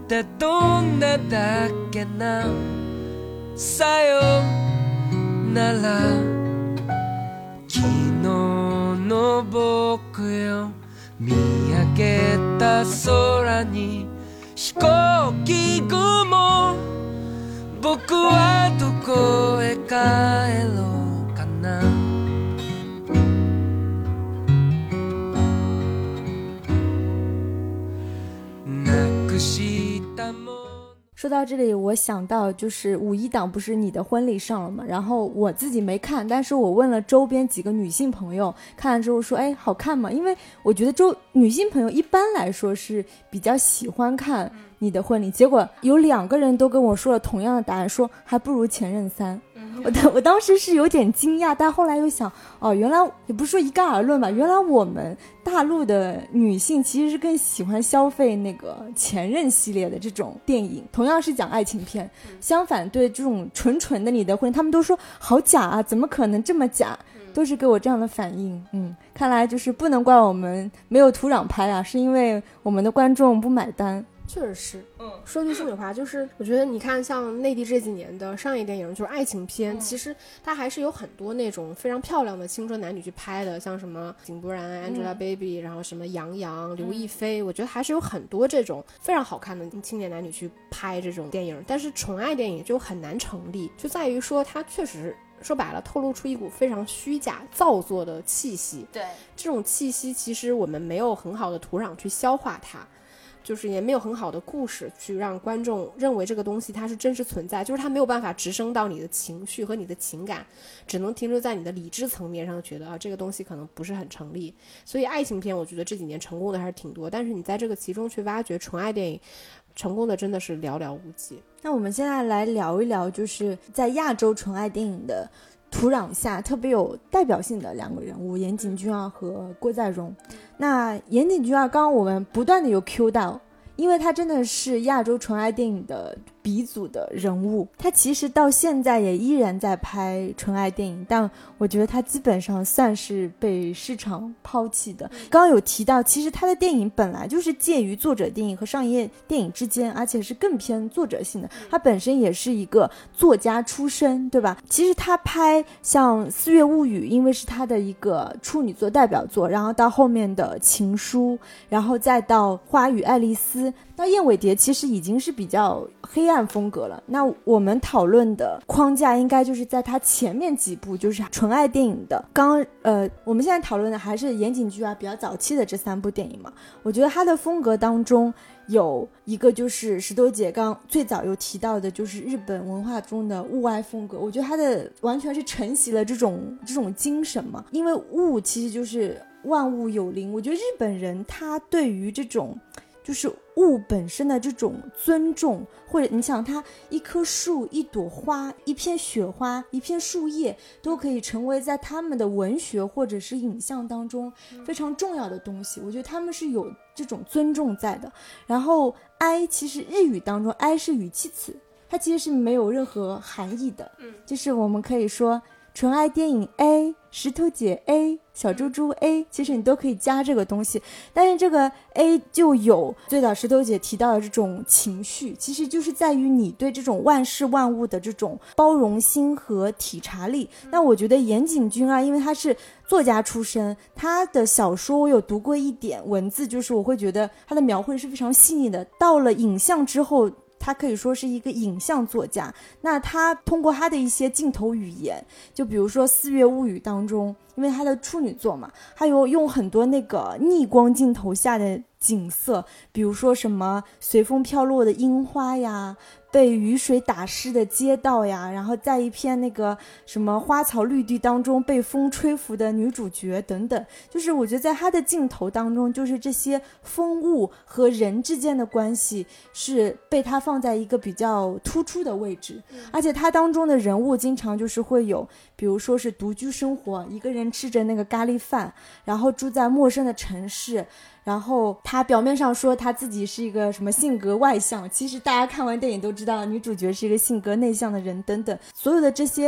ってどんなだっけなさよなら昨日の僕よ見上げた空に飛行機雲僕はどこへ帰ろうかななくしたもの说到这里我想到就是五一档不是你的婚礼上了吗，然后我自己没看，但是我问了周边几个女性朋友，看了之后说哎好看吗？因为我觉得女性朋友一般来说是比较喜欢看你的婚礼，结果有2个人都跟我说了同样的答案，说还不如前任3。我当时是有点惊讶，但后来又想哦，原来也不是说一概而论吧，原来我们大陆的女性其实是更喜欢消费那个前任系列的这种电影，同样是讲爱情片，相反对这种纯纯的你的婚，他们都说好假啊，怎么可能这么假，都是给我这样的反应。看来就是不能怪我们没有土壤拍啊，是因为我们的观众不买单。 确实是，说句心里话，就是我觉得你看像内地这几年的商业电影，就是爱情片，其实它还是有很多那种非常漂亮的青春男女去拍的，像什么井柏然、Angelababy，然后什么杨洋、刘亦菲，我觉得还是有很多这种非常好看的青年男女去拍这种电影，但是纯爱电影就很难成立，就在于说它确实说白了透露出一股非常虚假造作的气息，对，这种气息其实我们没有很好的土壤去消化它，就是也没有很好的故事去让观众认为这个东西它是真实存在，就是它没有办法直升到你的情绪和你的情感，只能停留在你的理智层面上，觉得这个东西可能不是很成立。所以爱情片我觉得这几年成功的还是挺多，但是你在这个其中去挖掘纯爱电影，成功的真的是寥寥无几。 那我们现在来聊一聊就是在亚洲纯爱电影的土壤下特别有代表性的2个人物，岩井俊二和郭在容。那岩井俊二刚刚我们不断的有 Q 到，因为他真的是亚洲纯爱电影的鼻祖的人物，他其实到现在也依然在拍纯爱电影，但我觉得他基本上算是被市场抛弃的。刚刚有提到其实他的电影本来就是介于作者电影和商业电影之间，而且是更偏作者性的，他本身也是一个作家出身，对吧？其实他拍像《四月物语》因为是他的一个处女作代表作，然后到后面的《情书》，然后再到《花与爱丽丝》，到《燕尾蝶》其实已经是比较黑暗风格了。那我们讨论的框架应该就是在他前面几部就是纯爱电影的，我们现在讨论的还是岩井俊二比较早期的这3部电影嘛。我觉得他的风格当中有一个就是石头姐刚最早有提到的，就是日本文化中的物哀风格，我觉得他的完全是承袭了这种精神嘛，因为物其实就是万物有灵，我觉得日本人他对于这种就是物本身的这种尊重，或者你想它一棵树、一朵花、一片雪花、一片树叶，都可以成为在他们的文学或者是影像当中非常重要的东西，我觉得他们是有这种尊重在的。然后哀，其实日语当中哀是语气词，它其实是没有任何含义的，就是我们可以说纯爱电影 A， 石头姐 A， 小猪猪 A， 其实你都可以加这个东西，但是这个 A 就有最早石头姐提到的这种情绪，其实就是在于你对这种万事万物的这种包容心和体察力。那我觉得岩井俊二因为他是作家出身，他的小说我有读过一点文字，就是我会觉得他的描绘是非常细腻的，到了影像之后他可以说是一个影像作家，那他通过他的一些镜头语言，就比如说《四月物语》当中，因为他的处女作嘛，还有用很多那个逆光镜头下的景色，比如说什么随风飘落的樱花呀，被雨水打湿的街道呀，然后在一片那个什么花草绿地当中被风吹拂的女主角等等，就是我觉得在他的镜头当中，就是这些风物和人之间的关系是被他放在一个比较突出的位置，而且他当中的人物经常就是会有，比如说是独居生活，一个人吃着那个咖喱饭，然后住在陌生的城市，然后他表面上说他自己是一个什么性格外向，其实大家看完电影都知道女主角是一个性格内向的人等等，所有的这些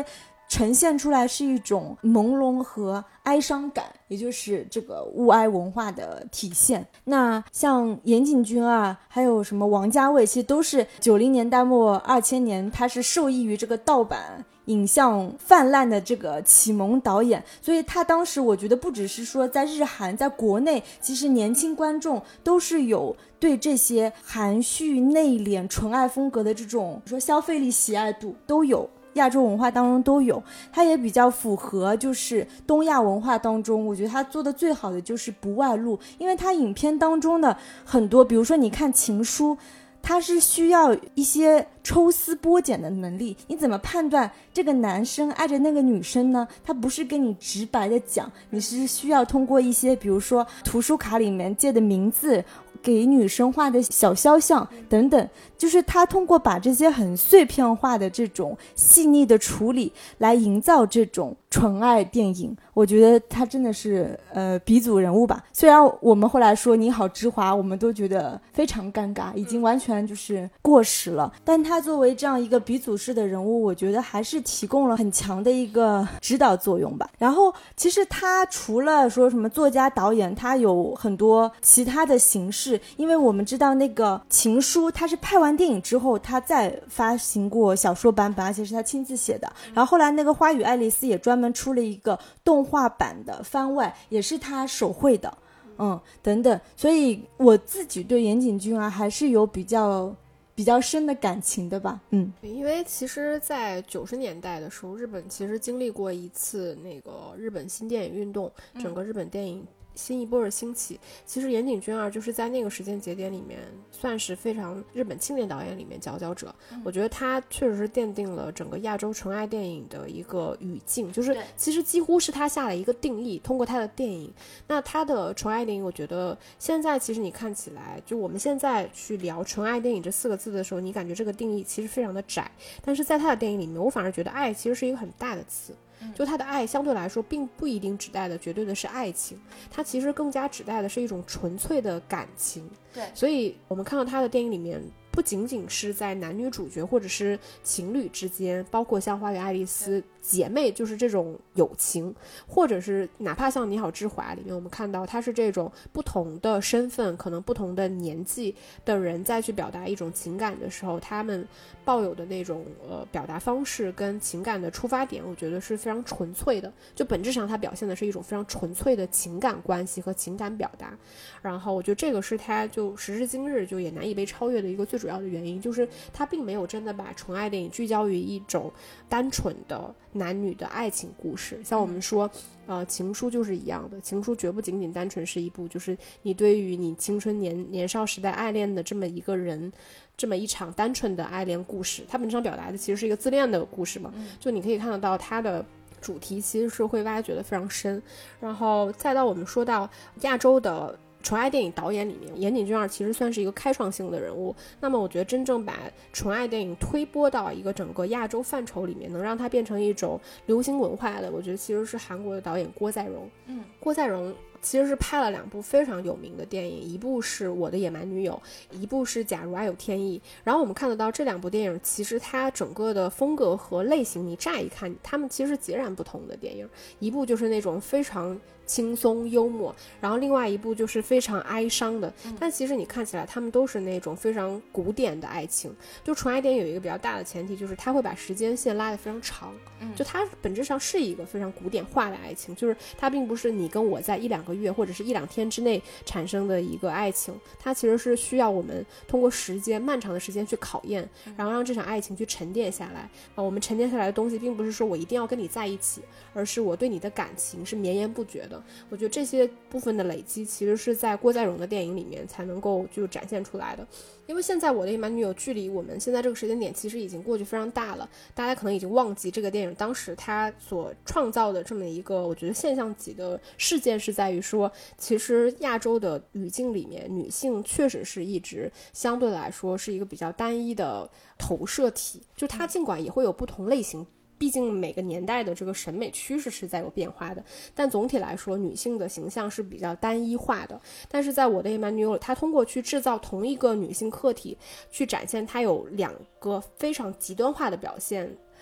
呈现出来是一种朦胧和哀伤感，也就是这个物哀文化的体现。那像岩井俊二还有什么王家卫，其实都是90年代末2000年，他是受益于这个盗版影像泛滥的这个启蒙导演，所以他当时我觉得不只是说在日韩，在国内其实年轻观众都是有对这些含蓄内敛纯爱风格的这种说消费力喜爱度都有，亚洲文化当中都有。它也比较符合就是东亚文化当中，我觉得它做的最好的就是不外露，因为它影片当中的很多，比如说你看情书，它是需要一些抽丝剥茧的能力，你怎么判断这个男生爱着那个女生呢？他不是跟你直白的讲，你是需要通过一些比如说图书卡里面借的名字，给女生画的小肖像等等，就是他通过把这些很碎片化的这种细腻的处理来营造这种纯爱电影，我觉得他真的是鼻祖人物吧。虽然我们后来说你好之华，我们都觉得非常尴尬，已经完全就是过时了，但他作为这样一个鼻祖式的人物，我觉得还是提供了很强的一个指导作用吧。然后其实他除了说什么作家导演，他有很多其他的形式，因为我们知道那个情书他是拍完电影之后他再发行过小说版本，而且是他亲自写的，然后后来那个花与爱丽丝也专门出了一个动画版的番外，也是他手绘的等等。所以我自己对岩井俊二还是有比较深的感情的吧。 因为其实在90年代的时候，日本其实经历过一次那个日本新电影运动，整个日本电影新一波的兴起。其实岩井俊二就是在那个时间节点里面算是非常日本青年导演里面佼佼者，我觉得他确实是奠定了整个亚洲纯爱电影的一个语境，就是其实几乎是他下了一个定义，通过他的电影。那他的纯爱电影我觉得现在其实你看起来，就我们现在去聊纯爱电影这4个字的时候，你感觉这个定义其实非常的窄，但是在他的电影里面，我反而觉得爱其实是一个很大的词，就他的爱相对来说并不一定指代的绝对的是爱情，他其实更加指代的是一种纯粹的感情。 对， 所以我们看到他的电影里面不仅仅是在男女主角或者是情侣之间，包括像花与爱丽丝姐妹就是这种友情，或者是哪怕像你好之华里面我们看到他是这种不同的身份可能不同的年纪的人再去表达一种情感的时候，他们抱有的那种表达方式跟情感的出发点，我觉得是非常纯粹的，就本质上它表现的是一种非常纯粹的情感关系和情感表达。然后我觉得这个是他就时至今日就也难以被超越的一个最主要的原因，就是他并没有真的把纯爱电影聚焦于一种单纯的男女的爱情故事。像我们说情书就是一样的，情书绝不仅仅单纯是一部就是你对于你青春年少时代爱恋的这么一个人，这么一场单纯的爱恋故事，它本质上表达的其实是一个自恋的故事嘛，就你可以看得到它的主题其实是会挖掘的非常深。然后再到我们说到亚洲的纯爱电影导演里面，岩井俊二其实算是一个开创性的人物。那么我觉得真正把纯爱电影推播到一个整个亚洲范畴里面，能让它变成一种流行文化的，我觉得其实是韩国的导演郭在容。郭在容其实是拍了2部非常有名的电影，一部是我的野蛮女友，一部是假如爱有天意。然后我们看得到这2部电影其实它整个的风格和类型，你乍一看它们其实是截然不同的电影，一部就是那种非常轻松幽默，然后另外一部就是非常哀伤的，但其实你看起来他们都是那种非常古典的爱情。就纯爱电影有一个比较大的前提，就是它会把时间线拉得非常长，就它本质上是一个非常古典化的爱情，就是它并不是你跟我在1-2个月或者是1-2天之内产生的一个爱情，它其实是需要我们通过漫长的时间去考验，然后让这场爱情去沉淀下来。我们沉淀下来的东西并不是说我一定要跟你在一起，而是我对你的感情是绵延不绝的。我觉得这些部分的累积其实是在郭在容的电影里面才能够就展现出来的。因为现在我的野蛮女友距离我们现在这个时间点其实已经过去非常大了，大家可能已经忘记这个电影当时它所创造的这么一个我觉得现象级的事件，是在于说其实亚洲的语境里面女性确实是一直相对来说是一个比较单一的投射体，就它尽管也会有不同类型，毕竟每个年代的这个审美趋势是在有变化的，但总体来说女性的形象是比较单一化的。但是在我的野蛮女友，她通过去制造同一个女性客体，去展现她有2个非常极端化的表现，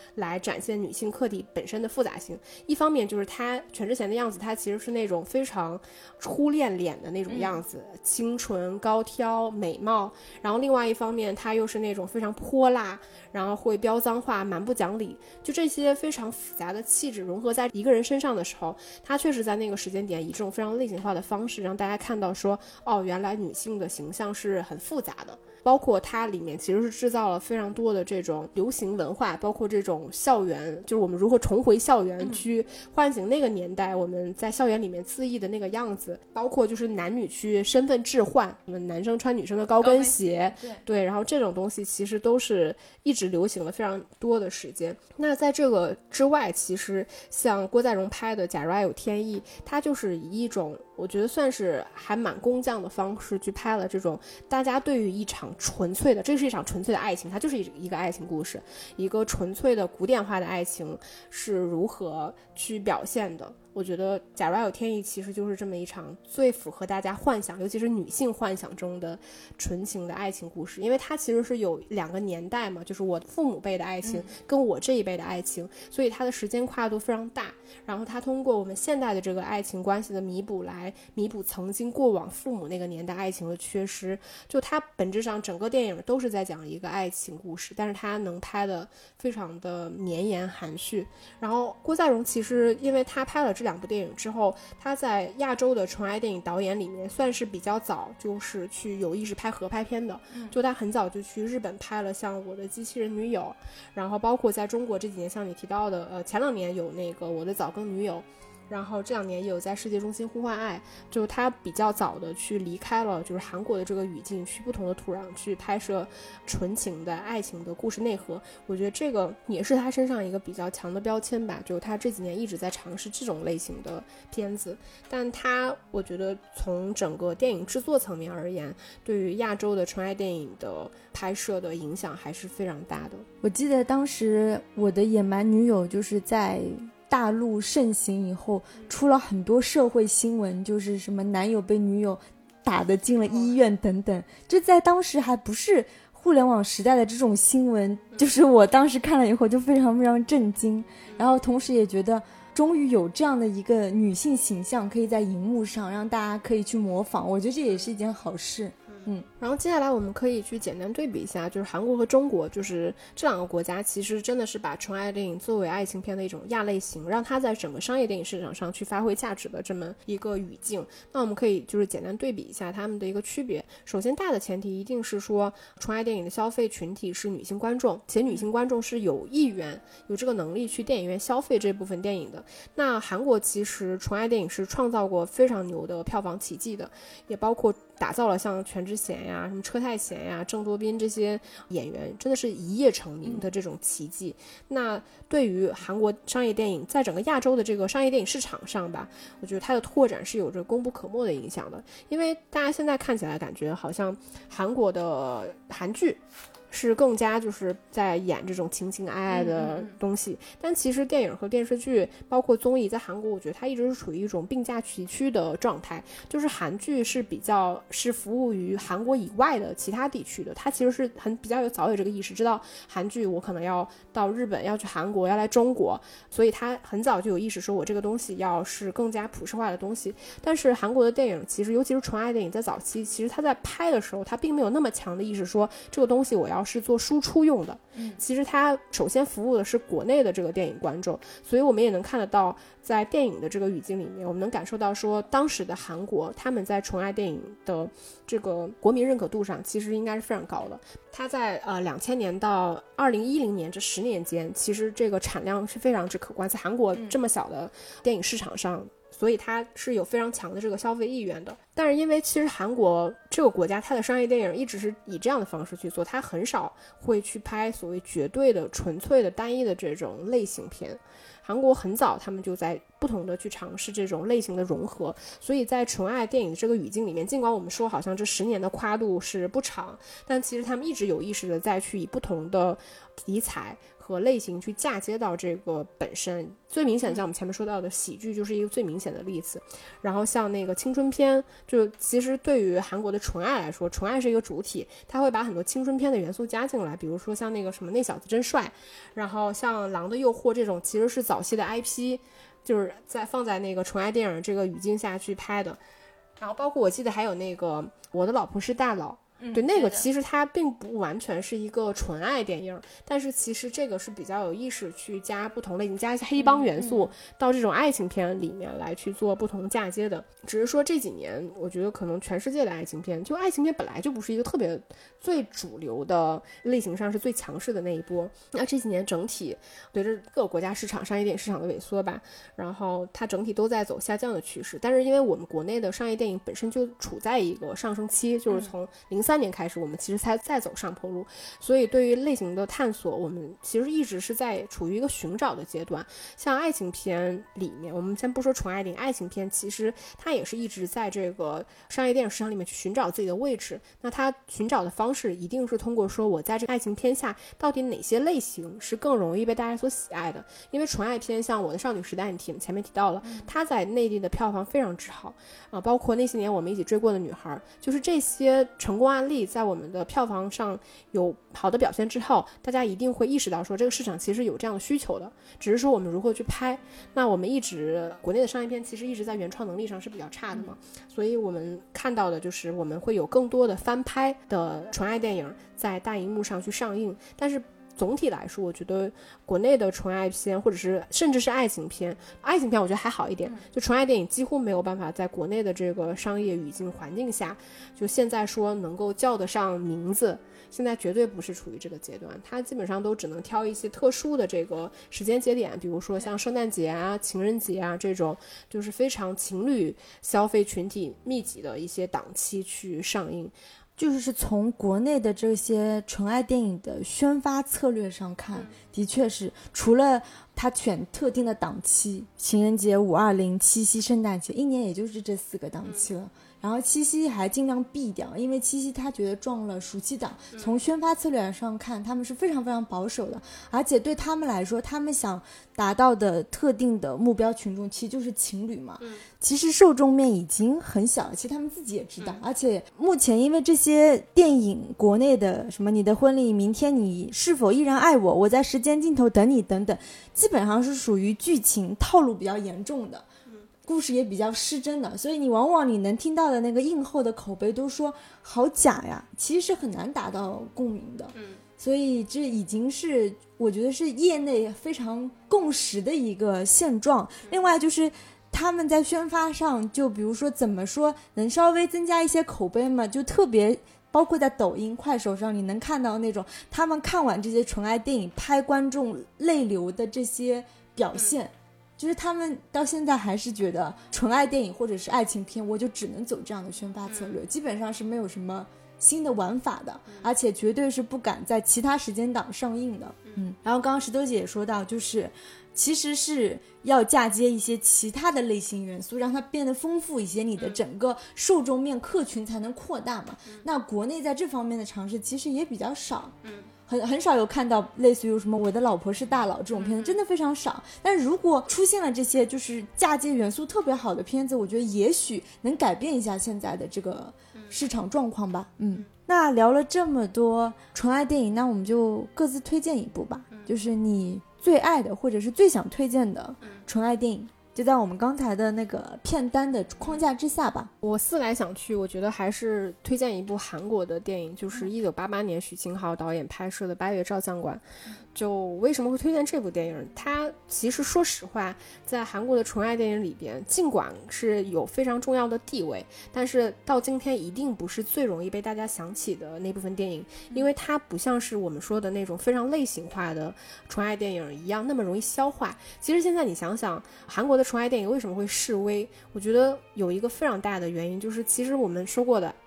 来展现女性客体本身的复杂性。一方面就是她全智贤的样子，她其实是那种非常初恋脸的那种样子，清纯高挑美貌，然后另外一方面她又是那种非常泼辣，然后会飙脏话，蛮不讲理，就这些非常复杂的气质融合在一个人身上的时候，她确实在那个时间点以这种非常类型化的方式让大家看到说，哦，原来女性的形象是很复杂的。包括它里面其实是制造了非常多的这种流行文化，包括这种校园，就是我们如何重回校园去唤醒那个年代我们在校园里面恣意的那个样子，包括就是男女去身份置换，我们男生穿女生的高跟鞋，对，然后这种东西其实都是一直流行了非常多的时间。那在这个之外，其实像郭在容拍的《假如爱有天意》，它就是以一种我觉得算是还蛮工匠的方式去拍了这种大家对于一场纯粹的，这是一场纯粹的爱情，它就是一个爱情故事，一个纯粹的古典化的爱情是如何去表现的。我觉得假如爱有天意其实就是这么一场最符合大家幻想，尤其是女性幻想中的纯情的爱情故事，因为它其实是有2个年代嘛，就是我父母辈的爱情跟我这一辈的爱情，所以它的时间跨度非常大，然后它通过我们现代的这个爱情关系的弥补来弥补曾经过往父母那个年代爱情的缺失。就它本质上整个电影都是在讲一个爱情故事，但是它能拍的非常的绵延含蓄。然后郭在容其实因为他拍了这2部电影之后，他在亚洲的纯爱电影导演里面算是比较早就是去有意识拍合拍片的，就他很早就去日本拍了像我的机器人女友，然后包括在中国这几年像你提到的前2年有那个我的早更女友，然后这2年也有在世界中心呼唤爱，就他比较早的去离开了就是韩国的这个语境，去不同的土壤去拍摄纯情的爱情的故事内核。我觉得这个也是他身上一个比较强的标签吧，就他这几年一直在尝试这种类型的片子，但他我觉得从整个电影制作层面而言，对于亚洲的纯爱电影的拍摄的影响还是非常大的。 我记得当时我的野蛮女友就是在大陆盛行以后出了很多社会新闻，就是什么男友被女友打得进了医院等等，就在当时还不是互联网时代的这种新闻，就是我当时看了以后就非常非常震惊，然后同时也觉得终于有这样的一个女性形象可以在荧幕上让大家可以去模仿，我觉得这也是一件好事。 然后接下来我们可以去简单对比一下，就是韩国和中国，就是这2个国家其实真的是把纯爱电影作为爱情片的一种亚类型，让它在整个商业电影市场上去发挥价值的这么一个语境。那我们可以就是简单对比一下它们的一个区别。首先大的前提一定是说纯爱电影的消费群体是女性观众，且女性观众是有意愿有这个能力去电影院消费这部分电影的。那韩国其实纯爱电影是创造过非常牛的票房奇迹的，也包括打造了像全智贤呀、什么车太贤呀、郑多彬这些演员真的是一夜成名的这种奇迹。那对于韩国商业电影在整个亚洲的这个商业电影市场上吧，我觉得它的拓展是有着功不可没的影响的。因为大家现在看起来感觉好像韩国的韩剧是更加就是在演这种情情爱爱的东西，但其实电影和电视剧包括综艺在韩国我觉得它一直是处于一种并驾齐驱的状态，就是韩剧是比较是服务于韩国以外的其他地区的，它其实是比较早有这个意识，知道韩剧我可能要到日本，要去韩国，要来中国，所以它很早就有意识说我这个东西要是更加普世化的东西。但是韩国的电影其实尤其是纯爱电影在早期其实它在拍的时候它并没有那么强的意识说这个东西我要是做输出用的，其实它首先服务的是国内的这个电影观众，所以我们也能看得到在电影的这个语境里面，我们能感受到说当时的韩国他们在纯爱电影的这个国民认可度上其实应该是非常高的。它在2000年到2010年这10年间，其实这个产量是非常之可观，在韩国这么小的电影市场上，所以它是有非常强的这个消费意愿的。但是因为其实韩国这个国家它的商业电影一直是以这样的方式去做，它很少会去拍所谓绝对的纯粹的单一的这种类型片。韩国很早他们就在不同的去尝试这种类型的融合，所以在纯爱电影的这个语境里面，尽管我们说好像这10年的跨度是不长，但其实他们一直有意识的再去以不同的题材和类型去嫁接到这个本身。最明显的像我们前面说到的喜剧就是一个最明显的例子，然后像那个青春片，就其实对于韩国的纯爱来说，纯爱是一个主体，它会把很多青春片的元素加进来，比如说像那个什么那小子真帅，然后像狼的诱惑这种其实是早期的 IP， 就是放在那个纯爱电影这个语境下去拍的。然后包括我记得还有那个我的老婆是大佬，对，那个其实它并不完全是一个纯爱电影，但是其实这个是比较有意识去加不同类型，加一些黑帮元素到这种爱情片里面来去做不同嫁接的。只是说这几年我觉得可能全世界的爱情片，就爱情片本来就不是一个特别最主流的类型上是最强势的那一波，那这几年整体随着各个国家市场商业电影市场的萎缩吧，然后它整体都在走下降的趋势。但是因为我们国内的商业电影本身就处在一个上升期，就是从03年开始我们其实才在走上坡路，所以对于类型的探索我们其实一直是在处于一个寻找的阶段。像爱情片里面，我们先不说纯爱电影，爱情片其实它也是一直在这个商业电影市场里面去寻找自己的位置。那它寻找的方式一定是通过说我在这个爱情片下到底哪些类型是更容易被大家所喜爱的。因为纯爱片像我的少女时代你前面提到了，它在内地的票房非常之好包括那些年我们一起追过的女孩，就是这些成功案例在我们的票房上有好的表现之后，大家一定会意识到说这个市场其实有这样的需求的，只是说我们如何去拍。那我们一直国内的商业片其实一直在原创能力上是比较差的嘛，所以我们看到的就是我们会有更多的翻拍的纯爱电影在大荧幕上去上映。但是总体来说我觉得国内的纯爱片或者是甚至是爱情片我觉得还好一点，就纯爱电影几乎没有办法在国内的这个商业语境环境下就现在说能够叫得上名字，现在绝对不是处于这个阶段，它基本上都只能挑一些特殊的这个时间节点，比如说像圣诞节啊情人节啊这种就是非常情侣消费群体密集的一些档期去上映。 就是从国内的这些纯爱电影的宣发策略上看，的确是除了他选特定的档期，情人节、520、七夕、圣诞节，一年也就是这4个档期了。然后七夕还尽量避掉，因为七夕他觉得撞了暑期档，从宣发策略上看他们是非常非常保守的，而且对他们来说他们想达到的特定的目标群众其实就是情侣嘛，其实受众面已经很小了，其实他们自己也知道。而且目前因为这些电影国内的什么你的婚礼、明天你是否依然爱我、我在时间尽头等你等等，基本上是属于剧情套路比较严重的，故事也比较失真的，所以你往往你能听到的那个映后的口碑都说好假呀，其实是很难达到共鸣的。所以这已经是我觉得是业内非常共识的一个现状。另外就是他们在宣发上，就比如说怎么说能稍微增加一些口碑嘛，就特别包括在抖音快手上你能看到那种他们看完这些纯爱电影拍观众泪流的这些表现，就是他们到现在还是觉得纯爱电影或者是爱情片我就只能走这样的宣发策略，基本上是没有什么新的玩法的，而且绝对是不敢在其他时间档上映的。然后刚刚石头姐也说到，就是其实是要嫁接一些其他的类型元素，让它变得丰富一些，你的整个受众面客群才能扩大嘛。那国内在这方面的尝试其实也比较少，很少有看到类似于什么我的老婆是大佬这种片子，真的非常少。但如果出现了这些就是嫁接元素特别好的片子，我觉得也许能改变一下现在的这个市场状况吧。那聊了这么多纯爱电影，那我们就各自推荐一部吧，就是你最爱的或者是最想推荐的纯爱电影，就在我们刚才的那个片单的框架之下吧。 我思来想去，我觉得还是推荐一部韩国的电影，就是1988年许清浩导演拍摄的《八月照相馆》。就为什么会推荐这部电影，它其实说实话在韩国的纯爱电影里边尽管是有非常重要的地位，但是到今天一定不是最容易被大家想起的那部分电影，因为它不像是我们说的那种非常类型化的纯爱电影一样那么容易消化。其实现在你想想韩国的纯爱电影为什么会式微，我觉得有一个非常大的原因，就是其实我们说过的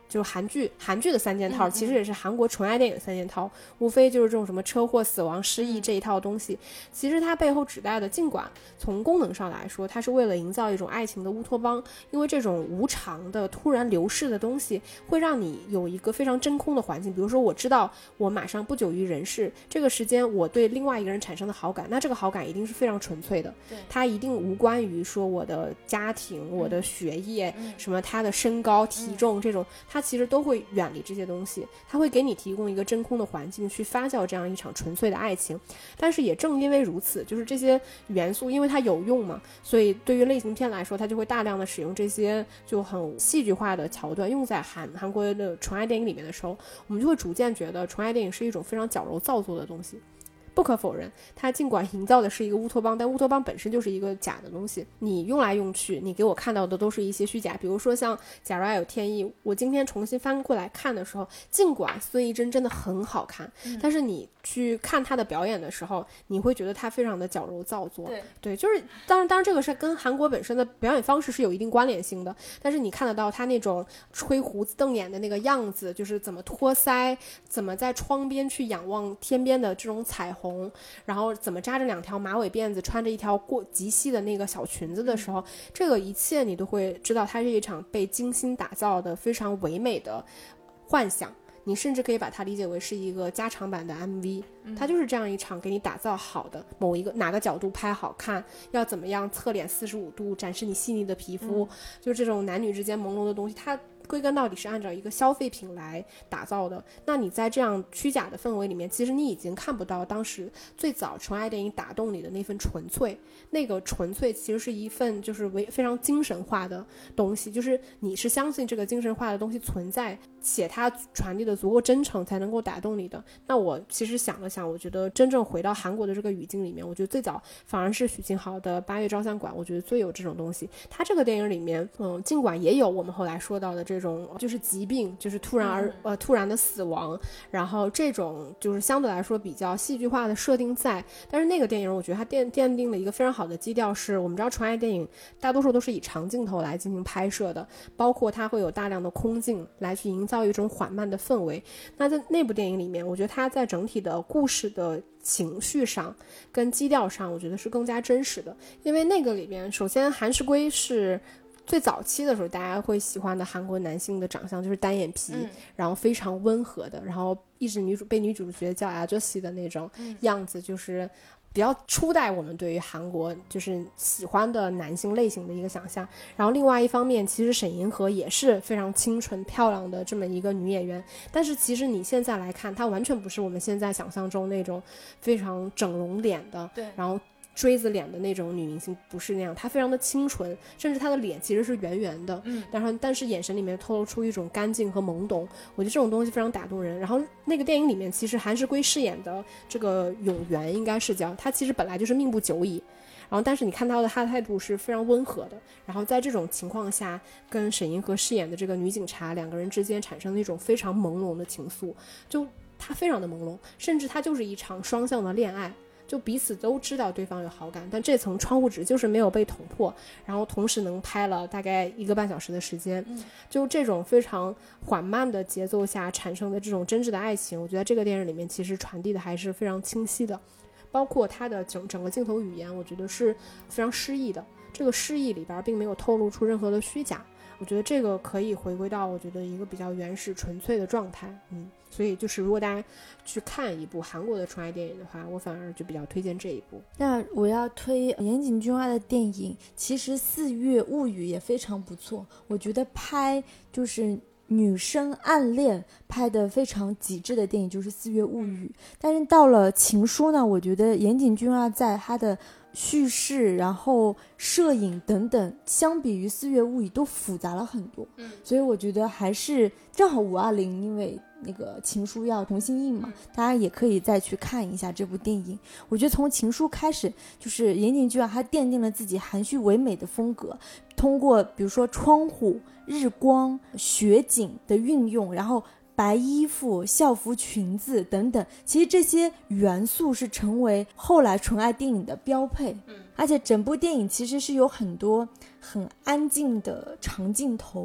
就是韩剧的三件套，其实也是韩国纯爱电影的三件套，无非就是这种什么车祸、死亡、失忆这一套东西。其实它背后指代的，尽管从功能上来说，它是为了营造一种爱情的乌托邦，因为这种无常的突然流逝的东西会让你有一个非常真空的环境。比如说我知道我马上不久于人世，这个时间我对另外一个人产生的好感，那这个好感一定是非常纯粹的，它一定无关于说我的家庭、我的学业、什么他的身高体重这种，它其实都会远离这些东西，它会给你提供一个真空的环境去发酵这样一场纯粹的爱情。但是也正因为如此，就是这些元素因为它有用嘛，所以对于类型片来说，它就会大量的使用这些就很戏剧化的桥段用在韩国的纯爱电影里面的时候，我们就会逐渐觉得纯爱电影是一种非常矫揉造作的东西。不可否认，它尽管营造的是一个乌托邦，但乌托邦本身就是一个假的东西，你用来用去，你给我看到的都是一些虚假。比如说像假如爱有天意，我今天重新翻过来看的时候，尽管孙艺珍真的很好看，但是你去看她的表演的时候，你会觉得她非常的矫揉造作。对，就是当然这个是跟韩国本身的表演方式是有一定关联性的，但是你看得到她那种吹胡子瞪眼的那个样子，就是怎么托腮，怎么在窗边去仰望天边的这种彩虹，然后怎么扎着2条马尾辫子，穿着一条极细的那个小裙子的时候，这个一切你都会知道它是一场被精心打造的非常唯美的幻想。你甚至可以把它理解为是一个加长版的 MV， 它就是这样一场给你打造好的某一个哪个角度拍好看，要怎么样侧脸45度展示你细腻的皮肤，就是这种男女之间朦胧的东西，它归根到底是按照一个消费品来打造的。那你在这样虚假的氛围里面，其实你已经看不到当时最早纯爱电影打动你的那份纯粹，那个纯粹其实是一份就是非常精神化的东西，就是你是相信这个精神化的东西存在，且它传递的足够真诚才能够打动你的。那我其实想了想，我觉得真正回到韩国的这个语境里面，我觉得最早反而是许晋豪的《八月照相馆》，我觉得最有这种东西。他这个电影里面尽管也有我们后来说到的这种就是疾病，就是突然的死亡，然后这种就是相对来说比较戏剧化的设定在，但是那个电影我觉得它奠定了一个非常好的基调，是我们知道纯爱电影大多数都是以长镜头来进行拍摄的，包括它会有大量的空镜来去营造一种缓慢的氛围。那在那部电影里面，我觉得它在整体的故事的情绪上跟基调上，我觉得是更加真实的。因为那个里面首先韩世圭是最早期的时候大家会喜欢的韩国男性的长相，就是单眼皮，然后非常温和的，然后一直被女主角叫아저씨的那种样子，就是比较初代我们对于韩国就是喜欢的男性类型的一个想象。然后另外一方面，其实沈银河也是非常清纯漂亮的这么一个女演员，但是其实你现在来看，她完全不是我们现在想象中那种非常整容脸的，对，然后锥子脸的那种女明星，不是那样，她非常的清纯，甚至她的脸其实是圆圆的，但是眼神里面透露出一种干净和懵懂，我觉得这种东西非常打动人。然后那个电影里面，其实韩世圭饰演的这个永元应该是叫他，其实本来就是命不久矣，然后但是你看到的他的态度是非常温和的，然后在这种情况下跟沈银河饰演的这个女警察两个人之间产生了一种非常朦胧的情愫，就他非常的朦胧，甚至他就是一场双向的恋爱，就彼此都知道对方有好感，但这层窗户纸就是没有被捅破，然后同时能拍了大概1个半小时的时间，就这种非常缓慢的节奏下产生的这种真挚的爱情，我觉得这个电影里面其实传递的还是非常清晰的，包括它的整个镜头语言，我觉得是非常诗意的，这个诗意里边并没有透露出任何的虚假，我觉得这个可以回归到我觉得一个比较原始纯粹的状态。所以就是如果大家去看一部韩国的纯爱电影的话，我反而就比较推荐这一部。 那我要推岩井俊二的电影，其实《四月物语》也非常不错，我觉得拍就是女生暗恋拍的非常极致的电影就是《四月物语》，但是到了《情书》呢，我觉得岩井俊二在他的叙事然后摄影等等相比于《四月物语》都复杂了很多，所以我觉得还是正好520因为那个情书要重新印嘛，大家也可以再去看一下这部电影。我觉得从情书开始，就是岩井俊二他奠定了自己含蓄唯美的风格，通过比如说窗户、日光、雪景的运用，然后白衣服、校服、裙子等等，其实这些元素是成为后来纯爱电影的标配。而且整部电影其实是有很多很安静的长镜头，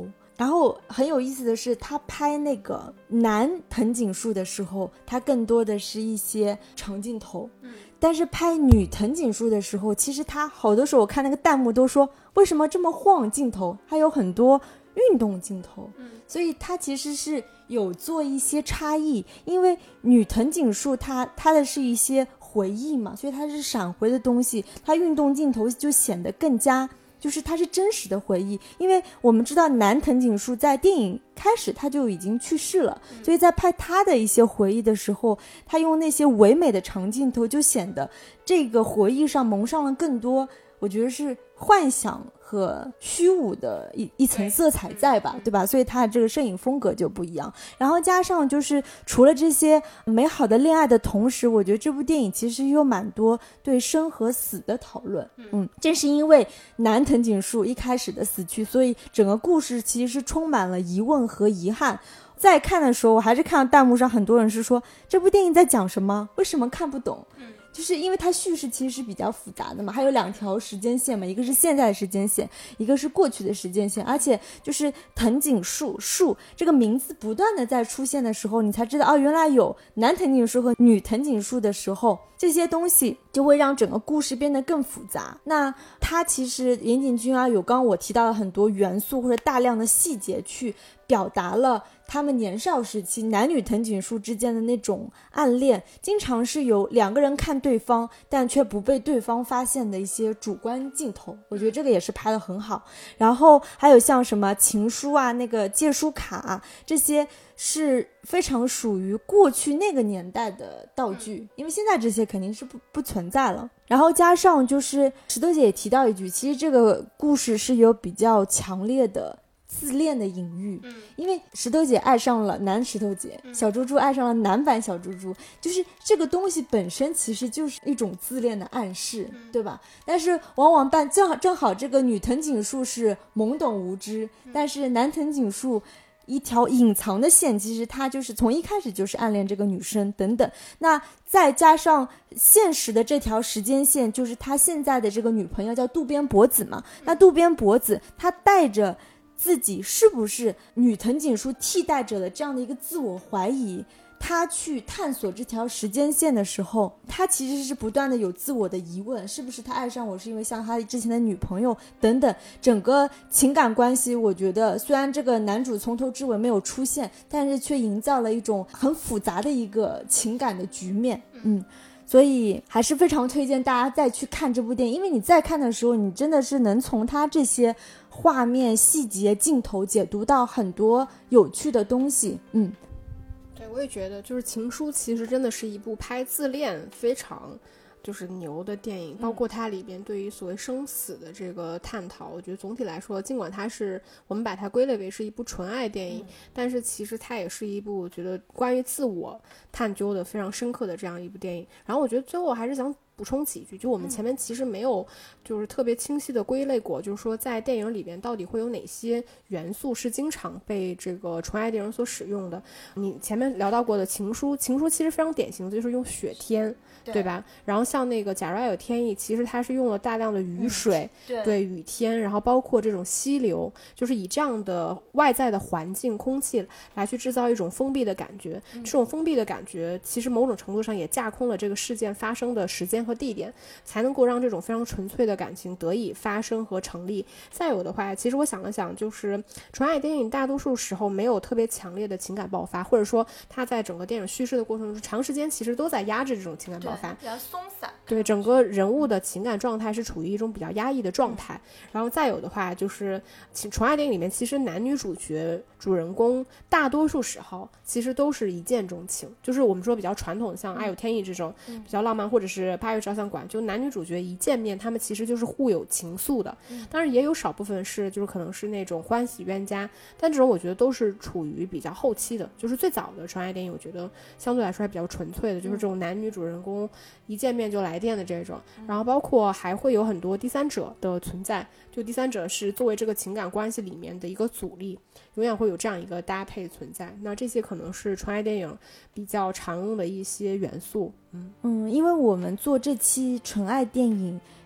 然后很有意思的是，他拍那个男藤井树的时候，他更多的是一些长镜头，但是拍女藤井树的时候，其实他好多时候我看那个弹幕都说为什么这么晃镜头，他有很多运动镜头，所以他其实是有做一些差异。因为女藤井树它的是一些回忆嘛，所以它是闪回的东西，它运动镜头就显得更加就是它是真实的回忆。因为我们知道男藤井树在电影开始他就已经去世了，所以在拍他的一些回忆的时候，他用那些唯美的长镜头，就显得这个回忆上蒙上了更多我觉得是幻想和虚无的一层色彩在吧，对吧？所以它这个摄影风格就不一样。然后加上就是除了这些美好的恋爱的同时，我觉得这部电影其实有蛮多对生和死的讨论。正是因为男藤井树一开始的死去，所以整个故事其实是充满了疑问和遗憾。在看的时候，我还是看到弹幕上很多人是说这部电影在讲什么，为什么看不懂。就是因为它叙事其实是比较复杂的嘛，还有2条时间线嘛，一个是现在的时间线，一个是过去的时间线。而且就是藤井树这个名字不断的在出现的时候，你才知道原来有男藤井树和女藤井树的时候，这些东西就会让整个故事变得更复杂。那它其实岩井俊二有刚刚我提到了很多元素或者大量的细节去表达了他们年少时期男女藤井树之间的那种暗恋，经常是有2个人看对方但却不被对方发现的一些主观镜头，我觉得这个也是拍得很好。然后还有像什么情书啊，那个借书卡啊，这些是非常属于过去那个年代的道具，因为现在这些肯定是不存在了。然后加上就是石头姐也提到一句，其实这个故事是有比较强烈的自恋的隐喻，因为石头姐爱上了男石头姐，小猪猪爱上了男版小猪猪，就是这个东西本身其实就是一种自恋的暗示，对吧？但是往往正好这个女藤井树是懵懂无知，但是男藤井树一条隐藏的线，其实他就是从一开始就是暗恋这个女生等等。那再加上现实的这条时间线，就是他现在的这个女朋友叫渡边博子嘛，那渡边博子她带着自己是不是女藤井树替代者的这样的一个自我怀疑，他去探索这条时间线的时候，他其实是不断的有自我的疑问，是不是他爱上我是因为像他之前的女朋友等等。整个情感关系我觉得虽然这个男主从头至尾没有出现，但是却营造了一种很复杂的一个情感的局面。所以还是非常推荐大家再去看这部电影，因为你再看的时候，你真的是能从它这些画面细节镜头解读到很多有趣的东西。 对，我也觉得就是情书其实真的是一部拍自恋非常就是牛的电影，包括它里边对于所谓生死的这个探讨，我觉得总体来说，尽管它是我们把它归类为是一部纯爱电影，但是其实它也是一部我觉得关于自我探究的非常深刻的这样一部电影。然后我觉得最后我还是想补充几句，就我们前面其实没有就是特别清晰的归类过，就是说在电影里边到底会有哪些元素是经常被这个纯爱电影所使用的。你前面聊到过的情书其实非常典型的就是用雪天，对吧？然后像那个假如爱有天意，其实它是用了大量的雨水，对雨天，然后包括这种溪流，就是以这样的外在的环境空气来去制造一种封闭的感觉。这种封闭的感觉其实某种程度上也架空了这个事件发生的时间和地点，才能够让这种非常纯粹的感情得以发生和成立。再有的话，其实我想了想，就是纯爱电影大多数时候没有特别强烈的情感爆发，或者说它在整个电影叙事的过程中长时间其实都在压制这种情感爆发， 比较松散， 对，整个人物的情感状态是处于一种比较压抑的状态。然后再有的话就是纯爱电影里面其实男女主角主人公大多数时候其实都是一见钟情，就是我们说比较传统像爱有天意这种比较浪漫，或者是8月照相馆，就男女主角一见面他们其实就是互有情愫的。当然也有少部分是就是可能是那种欢喜冤家，但这种我觉得都是处于比较后期的。就是最早的纯爱电影我觉得相对来说还比较纯粹的，就是这种男女主人公一见面就来电的这种。然后包括还会有很多第三者的存在，就第三者是作为这个情感关系里面的一个阻力，永远会有这样一个搭配存在。那这些可能是纯爱电影比较常用的一些元素。 因为我们做这期纯爱电影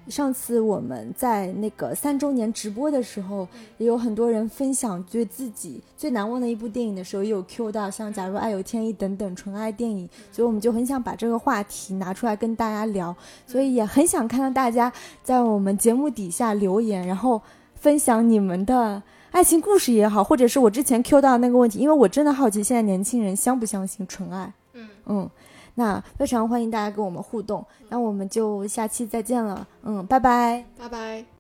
上次我们在那个3周年直播的时候，也有很多人分享对自己最难忘的一部电影的时候，也有 Q 到像《假如爱有天意》等等纯爱电影，所以我们就很想把这个话题拿出来跟大家聊，所以也很想看到大家在我们节目底下留言，然后分享你们的爱情故事也好，或者是我之前 Q 到的那个问题，因为我真的好奇现在年轻人相不相信纯爱。那非常欢迎大家跟我们互动，那我们就下期再见了，拜拜。 拜拜。